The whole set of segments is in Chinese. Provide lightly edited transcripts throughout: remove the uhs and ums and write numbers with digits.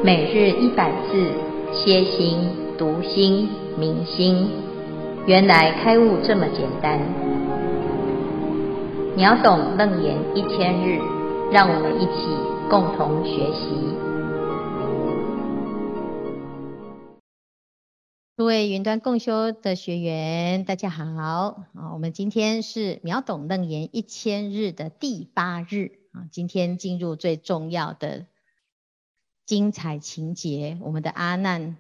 每日100字，歇心、读心、明心，原来开悟这么简单。秒懂楞严1000日，让我们一起共同学习。各位云端共修的学员，大家好。我们今天是秒懂楞严1000日的第8日。今天进入最重要的精彩情节，我们的阿难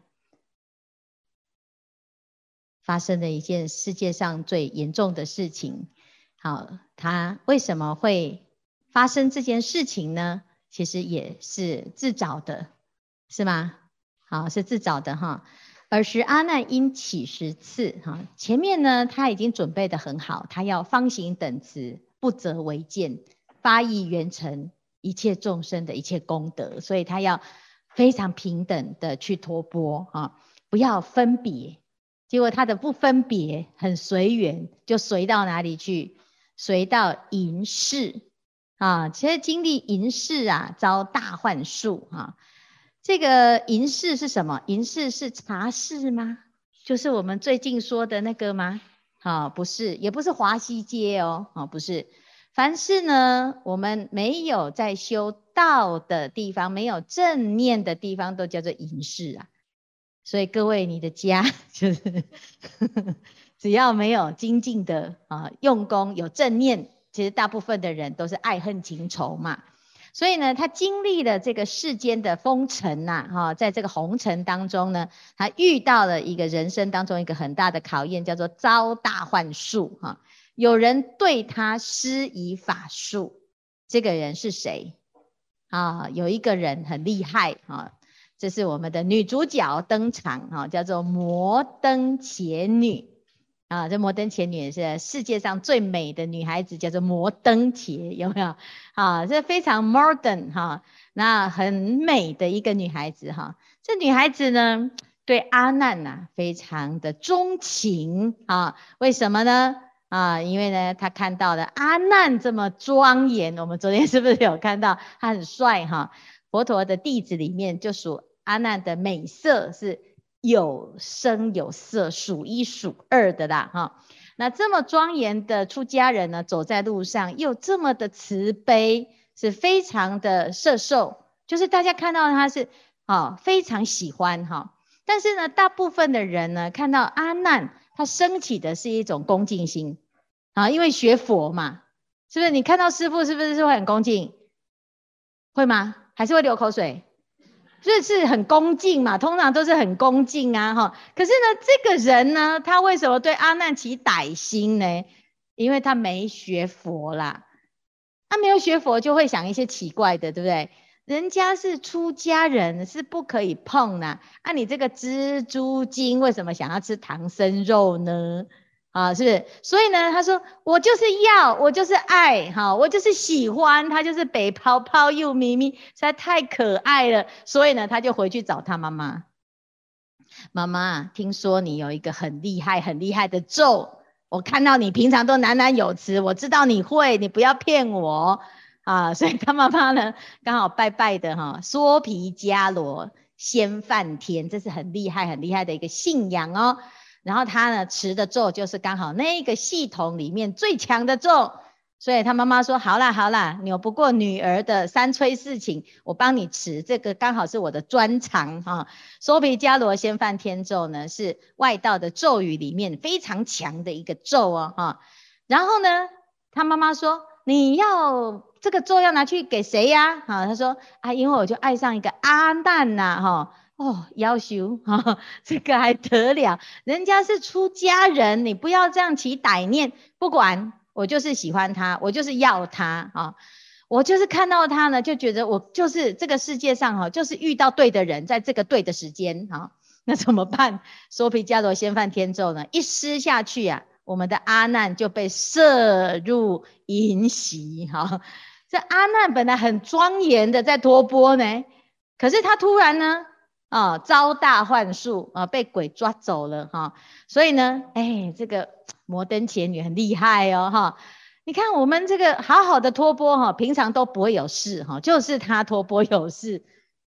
发生了一件世界上最严重的事情。好，他为什么会发生这件事情呢？其实也是自找的，是吗？好，是自找的哈。尔时阿难因起食次，前面呢他已经准备得很好，他要方行等持，不择为见，发意圆成一切众生的一切功德，所以他要非常平等的去托钵不要分别。结果他的不分别很随缘，就随到哪里去？随到淫室其实经历淫室遭大幻术这个淫室是什么？淫室是茶室吗？就是我们最近说的那个吗？不是，也不是华西街不是。凡是呢我们没有在修道的地方，没有正念的地方，都叫做淫室所以各位，你的家就是只要没有精进的用功，有正念，其实大部分的人都是爱恨情仇嘛。所以呢他经历了这个世间的风尘在这个红尘当中呢，他遇到了一个人生当中一个很大的考验，叫做遭大幻术有人对他施以法术。这个人是谁有一个人很厉害这是我们的女主角登场叫做摩登伽女这摩登伽女是世界上最美的女孩子，叫做摩登伽，有没有这非常 modern 那很美的一个女孩子这女孩子呢对阿难非常的钟情为什么呢因为呢她看到了阿难这么庄严，我们昨天是不是有看到他很帅佛陀的弟子里面就属阿难的美色是有声有色，数一数二的啦那这么庄严的出家人呢，走在路上又这么的慈悲，是非常的摄受，就是大家看到他是非常喜欢但是呢大部分的人呢看到阿难，他升起的是一种恭敬心因为学佛嘛，是不是？你看到师父是不是会很恭敬？会吗？还是会流口水？就是很恭敬嘛，通常都是很恭敬可是呢这个人呢，他为什么对阿难起歹心呢？因为他没学佛啦。他没有学佛就会想一些奇怪的，对不对？人家是出家人，是不可以碰的你这个蜘蛛精为什么想要吃唐僧肉呢？是不是？所以呢他说我就是要，我就是爱我就是喜欢，他就是北泡泡又咪咪，实在太可爱了。所以呢他就回去找他妈妈，妈妈听说你有一个很厉害很厉害的咒，我看到你平常都喃喃有词，我知道你会，你不要骗我所以他妈妈呢刚好拜拜的娑毗迦罗先梵天，这是很厉害很厉害的一个信仰然后他呢持的咒就是刚好那个系统里面最强的咒，所以他妈妈说好啦好啦，扭不过女儿的三催四请，我帮你持，这个刚好是我的专长娑毗迦罗先梵天咒呢是外道的咒语里面非常强的一个咒然后呢他妈妈说你要这个咒要拿去给谁呀他说因为我就爱上一个阿难要求这个还得了，人家是出家人，你不要这样起歹念。不管，我就是喜欢他，我就是要他我就是看到他呢就觉得我就是这个世界上就是遇到对的人，在这个对的时间那怎么办？娑毗迦罗先梵天咒呢一施下去我们的阿难就被摄入淫习这阿难本来很庄严的在托钵呢，可是他突然呢遭大幻术被鬼抓走了所以呢这个摩登伽女很厉害你看我们这个好好的托钵平常都不会有事就是他托钵有事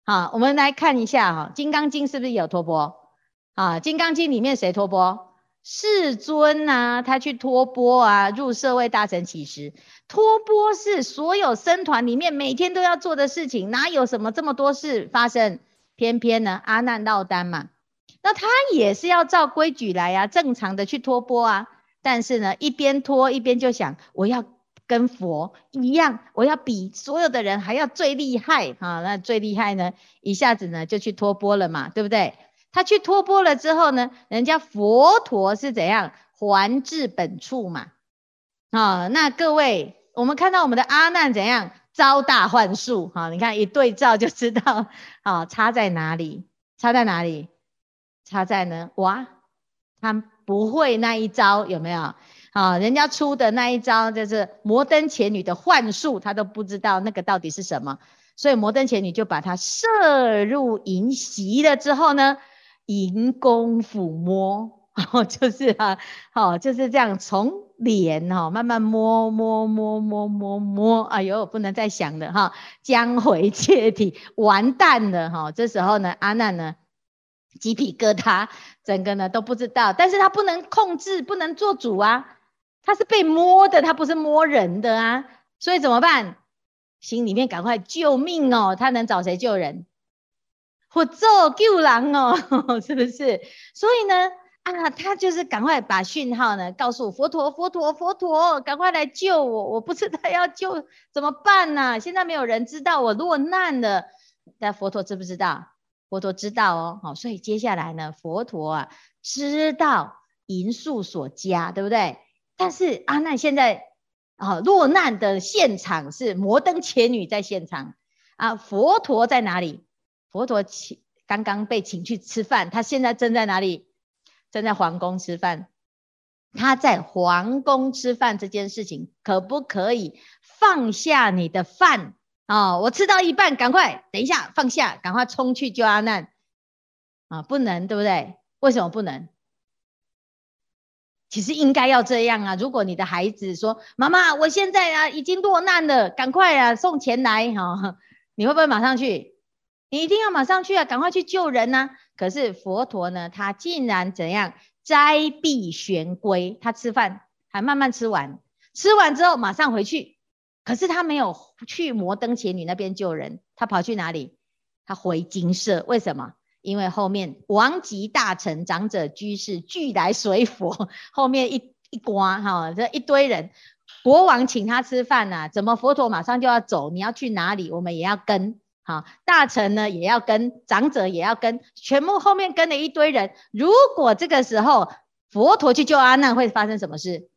好，我们来看一下哈，《金刚经》是不是有托钵？啊，《金刚经》里面谁托钵？世尊啊，他去托钵啊，入舍卫大乘起时，托钵是所有僧团里面每天都要做的事情，哪有什么这么多事发生？偏偏呢，阿难落单嘛，那他也是要照规矩来啊，正常的去托钵啊，但是呢，一边托一边就想，我要跟佛一样，我要比所有的人还要最厉害啊！那最厉害呢，一下子呢就去托钵了嘛，对不对？他去托钵了之后呢，人家佛陀是怎样还至本处嘛？啊，那各位，我们看到我们的阿难怎样招大幻术？哈，你看一对照就知道，啊，差在哪里？差在哪里？差在呢，哇，他不会那一招，有没有？啊，人家出的那一招就是摩登伽女的幻术，他都不知道那个到底是什么，所以摩登伽女就把他摄入银席了之后呢，银弓抚摸，就是啊，就是这样从脸慢慢摸，哎呦，不能再想了哈，将回切体，完蛋了哈，这时候呢，阿难呢鸡皮疙瘩，整个呢都不知道，但是他不能控制，不能做主啊。他是被摸的，他不是摸人的啊，所以怎么办？心里面赶快救命哦！他能找谁救人？佛祖救人哦，是不是？所以呢，他就是赶快把讯号呢告诉佛陀，佛陀，赶快来救我！我不知道要救怎么办呢？现在没有人知道我落难了，但佛陀知不知道？佛陀知道哦，好，所以接下来呢，佛陀啊知道银树所加，对不对？但是阿难现在落难的现场是摩登伽女在现场啊，佛陀在哪里？佛陀刚刚被请去吃饭，他现在正在哪里？正在皇宫吃饭。他在皇宫吃饭这件事情，可不可以放下你的饭啊？我吃到一半，赶快等一下放下，赶快冲去救阿难啊？不能，对不对？为什么不能？其实应该要这样啊！如果你的孩子说：“妈妈，我现在啊已经落难了，赶快啊送钱来哈！”你会不会马上去？你一定要马上去啊，赶快去救人啊！可是佛陀呢，他竟然怎样斋必玄归？他吃饭还慢慢吃完，吃完之后马上回去。可是他没有去摩登伽女那边救人，他跑去哪里？他回精舍，为什么？因为后面王级大臣、长者、居士俱来随佛，后面一关哈，这一堆人，国王请他吃饭啊，怎么佛陀马上就要走？你要去哪里？我们也要跟。好，大臣呢也要跟，长者也要跟，全部后面跟了一堆人。如果这个时候佛陀去救阿难，会发生什么事？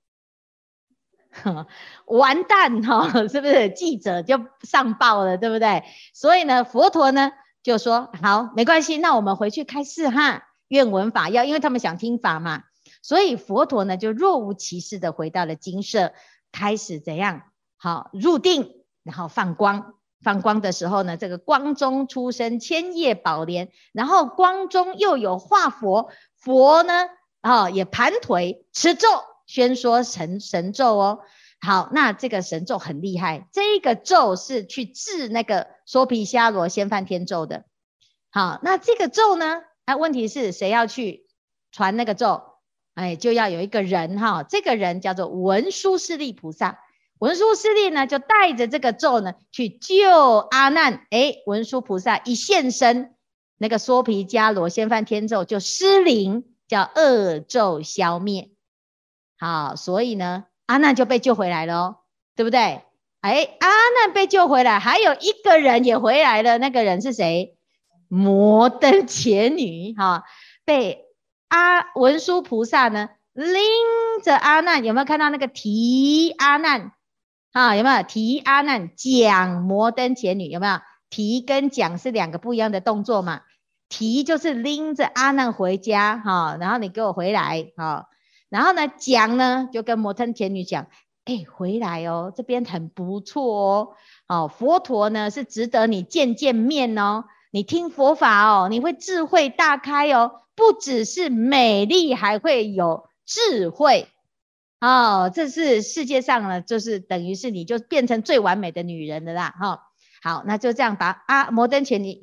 完蛋哈，是不是？记者就上报了，对不对？所以呢，佛陀呢就说好，没关系，那我们回去开示哈，愿闻法要，因为他们想听法嘛。所以佛陀呢就若无其事的回到了精舍，开始怎样？好，入定，然后放光。放光的时候呢，这个光中出生千叶宝莲，然后光中又有化佛，佛呢也盘腿持咒，宣说神咒哦。好，那这个神咒很厉害，这个咒是去治那个娑毗伽罗先梵天咒的。好，那这个咒呢，问题是谁要去传那个咒？就要有一个人哈，这个人叫做文殊师利菩萨。文殊师利呢，就带着这个咒呢去救阿难。文殊菩萨一现身，那个娑毗伽罗先梵天咒就失灵，叫恶咒消灭。好，所以呢，阿难就被救回来了哦，对不对？阿难被救回来，还有一个人也回来了，那个人是谁？摩登伽女哈，被文殊菩萨呢拎着阿难，有没有看到那个提阿难？有没有提阿难讲摩登伽女？有没有？提跟讲是两个不一样的动作嘛？提就是拎着阿难回家然后你给我回来然后呢讲呢就跟摩登伽女讲，回来哦，这边很不错哦，佛陀呢是值得你见见面哦，你听佛法哦，你会智慧大开哦，不只是美丽，还会有智慧。这是世界上呢，就是等于是你就变成最完美的女人了啦，好，那就这样把摩登伽女也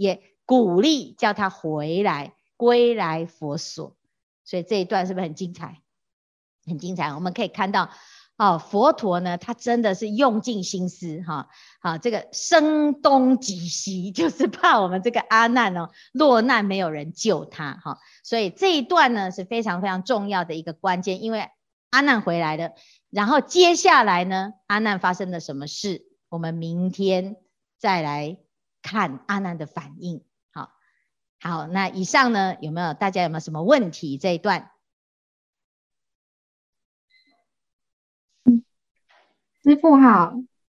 鼓励叫他回来，归来佛所。所以这一段是不是很精彩？很精彩。我们可以看到佛陀呢，他真的是用尽心思这个声东击西，就是怕我们这个阿难落难没有人救他所以这一段呢是非常非常重要的一个关键，因为阿难回来了，然后接下来呢，阿难发生了什么事？我们明天再来看阿难的反应。好，那以上呢，大家有没有什么问题？这一段， 师父好。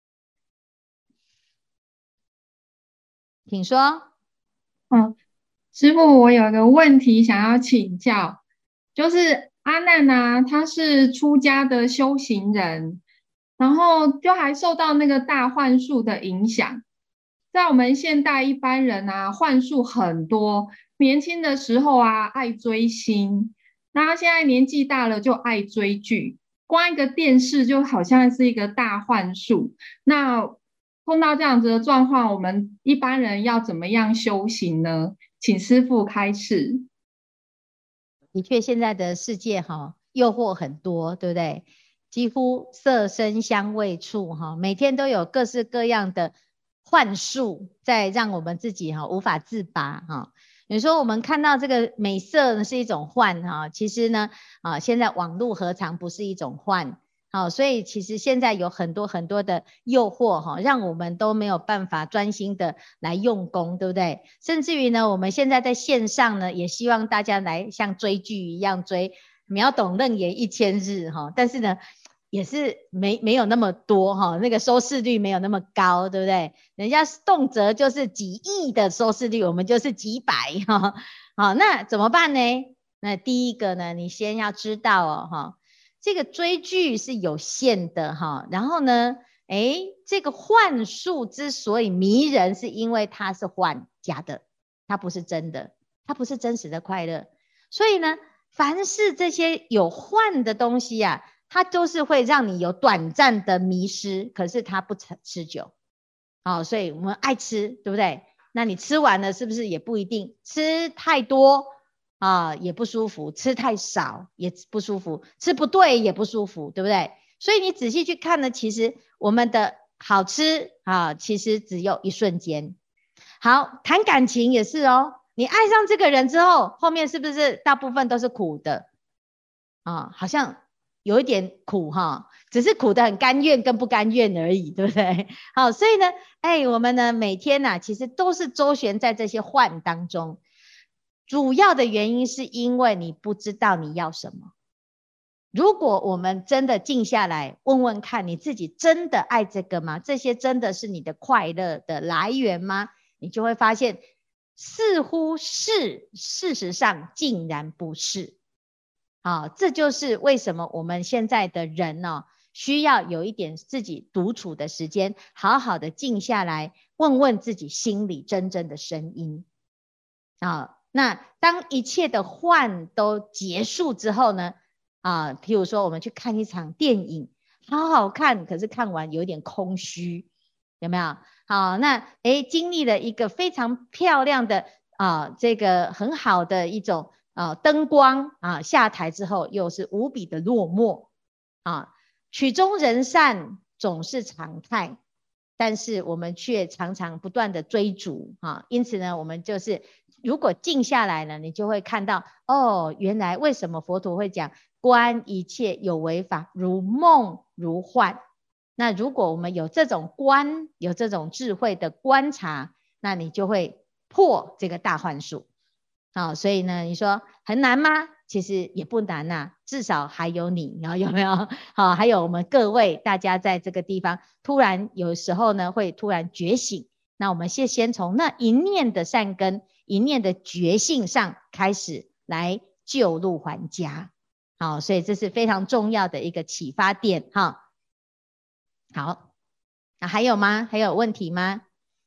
请说。 师父，我有个问题想要请教，就是阿难啊，他是出家的修行人，然后就还受到那个大幻术的影响。在我们现代一般人啊，幻术很多，年轻的时候啊爱追星，那他现在年纪大了就爱追剧，光一个电视就好像是一个大幻术。那碰到这样子的状况，我们一般人要怎么样修行呢？请师父开示。 的确，现在的世界诱惑很多，对不对？几乎色声香味触每天都有各式各样的幻术在让我们自己无法自拔你说我们看到这个美色呢是一种幻其实呢现在网络何尝不是一种幻所以其实现在有很多很多的诱惑让我们都没有办法专心的来用功，对不对？甚至于呢，我们现在在线上呢，也希望大家来像追剧一样追秒懂楞严1000日但是呢，也是没有那么多那个收视率没有那么高，对不对？人家动辄就是几亿的收视率，我们就是几百好，那怎么办呢？那第一个呢，你先要知道这个追剧是有限的然后呢，这个幻术之所以迷人，是因为它是幻假的，它不是真的，它不是真实的快乐。所以呢，凡是这些有幻的东西它都是会让你有短暂的迷失，可是它不持久。所以我们爱吃，对不对？那你吃完了是不是也不一定？吃太多也不舒服，吃太少也不舒服，吃不对也不舒服，对不对？所以你仔细去看呢，其实我们的好吃其实只有一瞬间。好，谈感情也是你爱上这个人之后，后面是不是大部分都是苦的好像有一点苦只是苦的很甘愿跟不甘愿而已，对不对？好，所以呢，我们呢每天其实都是周旋在这些幻当中。主要的原因是因为你不知道你要什么。如果我们真的静下来问问看，你自己真的爱这个吗？这些真的是你的快乐的来源吗？你就会发现似乎是，事实上竟然不是。这就是为什么我们现在的人需要有一点自己独处的时间，好好的静下来问问自己心里真正的声音那当一切的幻都结束之后呢譬如说我们去看一场电影，好好看，可是看完有点空虚，有没有？好，那经历了一个非常漂亮的这个很好的一种灯光下台之后又是无比的落寞曲终人散总是常态，但是我们却常常不断的追逐因此呢，我们就是如果静下来呢，你就会看到原来为什么佛陀会讲观一切有为法如梦如幻。那如果我们有这种观，有这种智慧的观察，那你就会破这个大幻术所以呢，你说很难吗？其实也不难至少还有你，然后有没有？还有我们各位大家在这个地方，突然有时候呢会突然觉醒，那我们先从那一念的善根，一念的觉性上开始来救路还家。所以这是非常重要的一个启发点好，那还有吗？还有问题吗？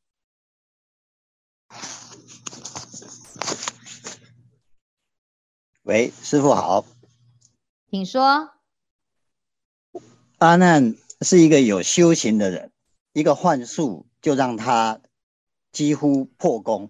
喂，师父好。 请说。 阿难是一个有修行的人，一个幻术就让他几乎破功。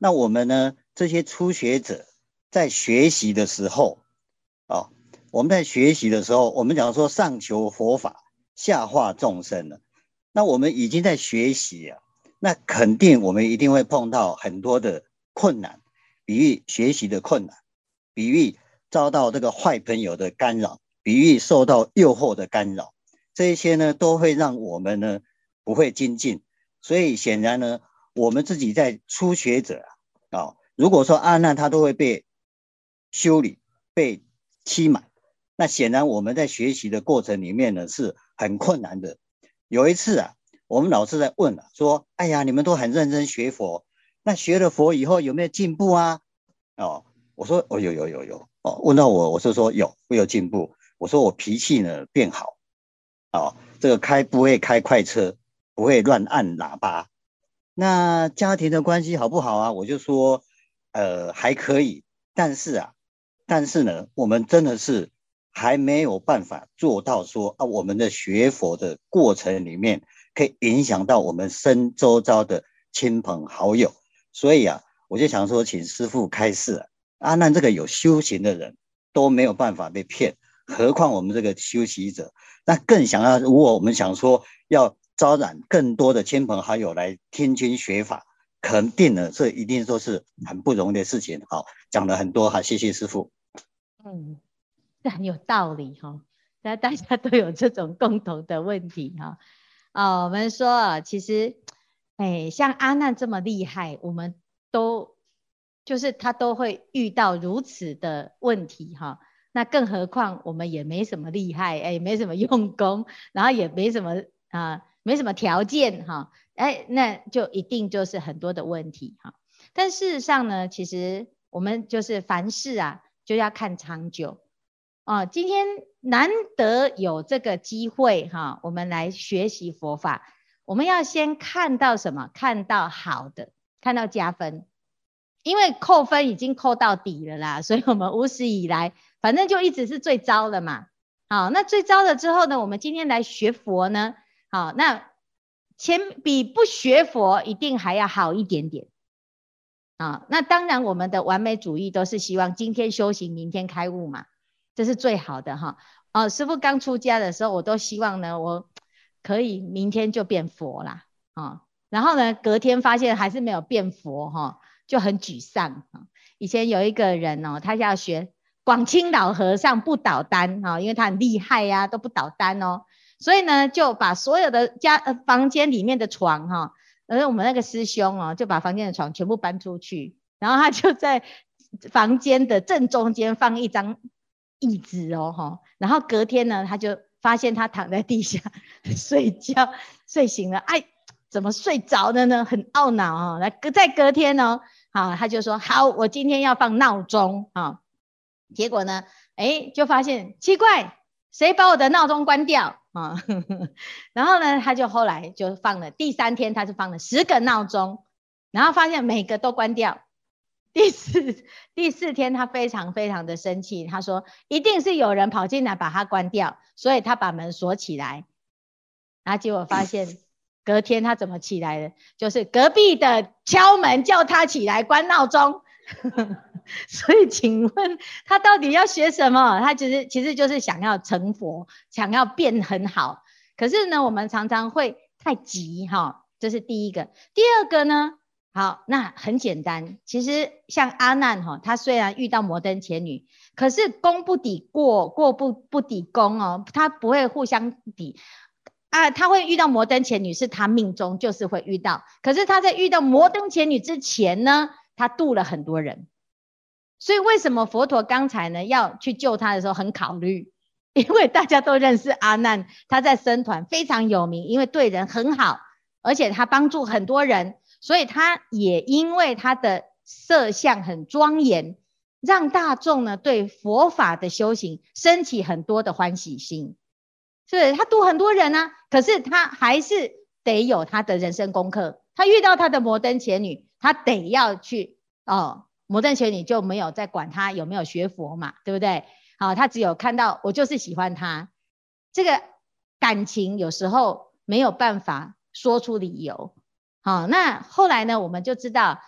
那我们呢，这些初学者在学习的时候，我们在学习的时候，我们讲说上求佛法，下化众生了。那我们已经在学习啊，那肯定我们一定会碰到很多的困难，比喻学习的困难，比喻遭到这个坏朋友的干扰，比喻受到诱惑的干扰，这一些呢都会让我们呢不会精进。所以显然呢，我们自己在初学者如果说阿难他都会被修理、被欺瞒，那显然我们在学习的过程里面呢是很困难的。有一次我们老师在问说，哎呀，你们都很认真学佛，那学了佛以后有没有进步啊？我说有问到我就说会有进步。我说我脾气呢变好这个不会开快车，不会乱按喇叭。那家庭的关系好不好啊？我就说还可以，但是呢，我们真的是还没有办法做到说我们的学佛的过程里面可以影响到我们身周遭的亲朋好友。所以我就想说请师父开示阿难这个有修行的人都没有办法被骗，何况我们这个修习者。那更想要，如果我们想说要招揽更多的亲朋好友来听经学法，肯定呢这一定都是很不容易的事情。好，讲了很多谢谢师父。 这很有道理大家都有这种共同的问题我们说其实像阿难这么厉害，我们都就是他都会遇到如此的问题那更何况我们也没什么厉害没什么用功，然后也没什么条件那就一定就是很多的问题但事实上呢，其实我们就是凡事就要看长久今天难得有这个机会我们来学习佛法，我们要先看到什么？看到好的，看到加分。因为扣分已经扣到底了啦，所以我们无始以来反正就一直是最糟的嘛。好，那最糟了之后呢，我们今天来学佛呢，好，那比不学佛一定还要好一点点那当然我们的完美主义都是希望今天修行明天开悟嘛，这是最好的师父刚出家的时候我都希望呢我可以明天就变佛啦然后呢隔天发现还是没有变佛就很沮丧以前有一个人他要学广清老和尚不倒单因为他很厉害都不倒单所以呢就把所有的房间里面的床而我们那个师兄就把房间的床全部搬出去，然后他就在房间的正中间放一张椅子然后隔天呢他就发现他躺在地下睡觉，睡醒了怎么睡着的呢？很懊恼在隔天他就说好，我今天要放闹钟结果呢就发现奇怪，谁把我的闹钟关掉然后呢他就后来就放了，第3天他就放了10个闹钟，然后发现每个都关掉。第四天他非常非常的生气，他说一定是有人跑进来把他关掉，所以他把门锁起来。然后结果发现隔天他怎么起来的，就是隔壁的敲门叫他起来关闹钟所以请问他到底要学什么？他其实就是想要成佛，想要变很好。可是呢我们常常会太急这是第一个。第二个呢，好，那很简单，其实像阿难他虽然遇到摩登伽女，可是功不抵过，过不抵功他不会互相抵他会遇到摩登伽女是他命中就是会遇到，可是他在遇到摩登伽女之前呢，他度了很多人。所以为什么佛陀刚才呢要去救他的时候很考虑，因为大家都认识阿难，他在僧团非常有名，因为对人很好，而且他帮助很多人，所以他也因为他的色相很庄严，让大众呢对佛法的修行升起很多的欢喜心。是他度很多人可是他还是得有他的人生功课。他遇到他的摩登伽女，他得要去摩登伽女就没有再管他有没有学佛嘛，对不对？他只有看到我就是喜欢他，这个感情有时候没有办法说出理由。那后来呢我们就知道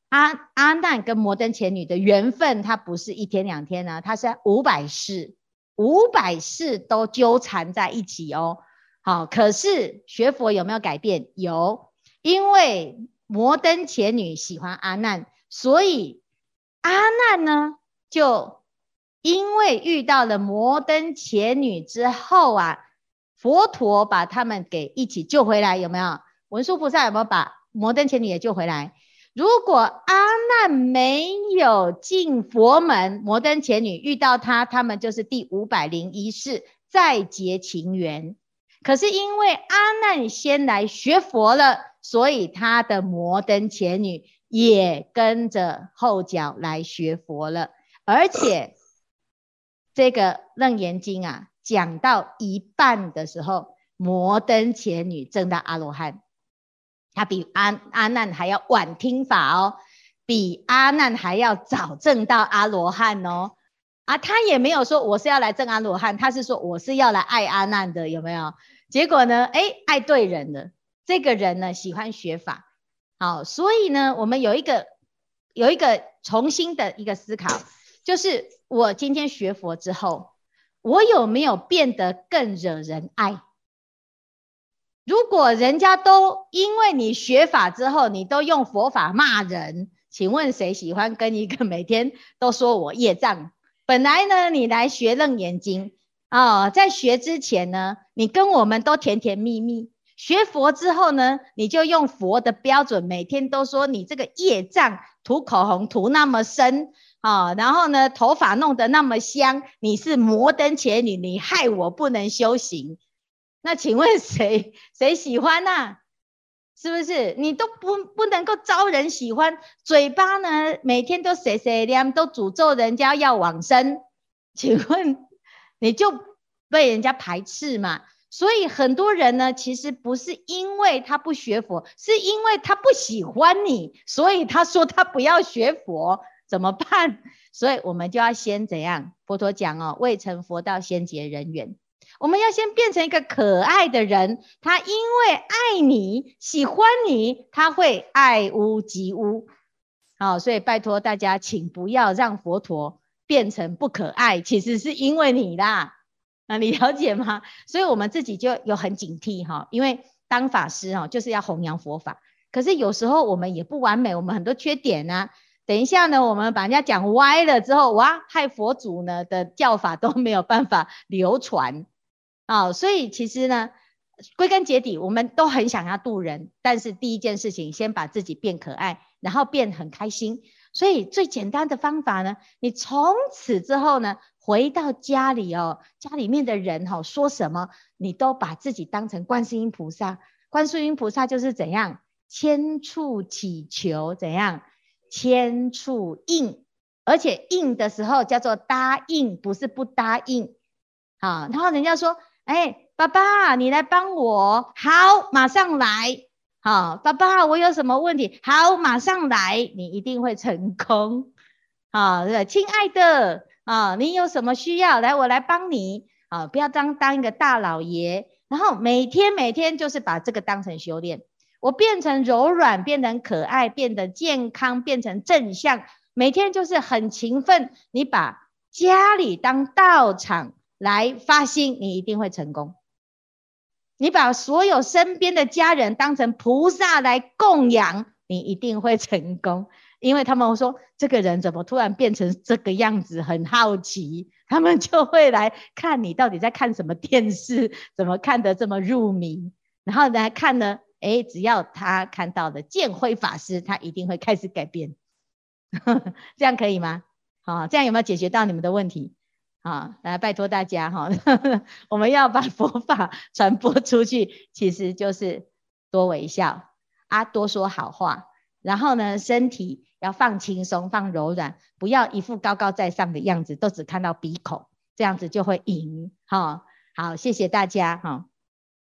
阿难跟摩登伽女的缘分，它不是一天两天啊，它是500世都纠缠在一起哦。好，可是学佛有没有改变？有，因为摩登伽女喜欢阿难，所以阿难呢，就因为遇到了摩登伽女之后啊，佛陀把他们给一起救回来，有没有？文殊菩萨有没有把摩登伽女也救回来？如果阿难没有进佛门，摩登伽女遇到他们就是第501世再结情缘。可是因为阿难先来学佛了，所以他的摩登伽女也跟着后脚来学佛了。而且这个楞严经啊，讲到一半的时候，摩登伽女证到阿罗汉，他比阿难还要晚听法哦，比阿难还要早证到阿罗汉哦。他也没有说我是要来证阿罗汉，他是说我是要来爱阿难的，有没有？结果呢，爱对人了。这个人呢，喜欢学法，好，所以呢，我们有一个重新的一个思考，就是我今天学佛之后，我有没有变得更惹人爱？如果人家都因为你学法之后，你都用佛法骂人，请问谁喜欢跟一个每天都说我业障？本来呢，你来学楞严经在学之前呢，你跟我们都甜甜蜜蜜。学佛之后呢，你就用佛的标准，每天都说你这个业障，涂口红涂那么深然后呢，头发弄得那么香，你是摩登伽女，你害我不能修行。那请问谁喜欢啊？是不是？你都不能够招人喜欢，嘴巴呢每天都谁亮，都诅咒人家要往生，请问你就被人家排斥嘛？所以很多人呢，其实不是因为他不学佛，是因为他不喜欢你，所以他说他不要学佛，怎么办？所以我们就要先怎样？佛陀讲未成佛道先结人缘。我们要先变成一个可爱的人，他因为爱你喜欢你，他会爱屋及乌。所以拜托大家请不要让佛陀变成不可爱，其实是因为你啦，你了解吗？所以我们自己就有很警惕因为当法师就是要弘扬佛法，可是有时候我们也不完美，我们很多缺点啊。等一下呢，我们把人家讲歪了之后，哇，害佛祖呢的教法都没有办法流传所以其实呢，归根结底我们都很想要度人，但是第一件事情先把自己变可爱，然后变很开心。所以最简单的方法呢，你从此之后呢，回到家里家里面的人说什么，你都把自己当成观世音菩萨。观世音菩萨就是怎样？千处祈求，怎样？千处应，而且应的时候叫做答应，不是不答应然后人家说爸爸你来帮我，好，马上来爸爸我有什么问题，好，马上来，你一定会成功亲爱的你有什么需要，来我来帮你不要当一个大老爷，然后每天就是把这个当成修炼，我变成柔软，变成可爱，变得健康，变成正向，每天就是很勤奋，你把家里当道场来发心，你一定会成功。你把所有身边的家人当成菩萨来供养，你一定会成功。因为他们说这个人怎么突然变成这个样子，很好奇，他们就会来看你到底在看什么电视，怎么看得这么入迷，然后来看呢只要他看到的建辉法师，他一定会开始改变这样可以吗？这样有没有解决到你们的问题？来拜托大家我们要把佛法传播出去，其实就是多微笑多说好话，然后呢身体要放轻松，放柔软，不要一副高高在上的样子，都只看到鼻孔，这样子就会赢好，谢谢大家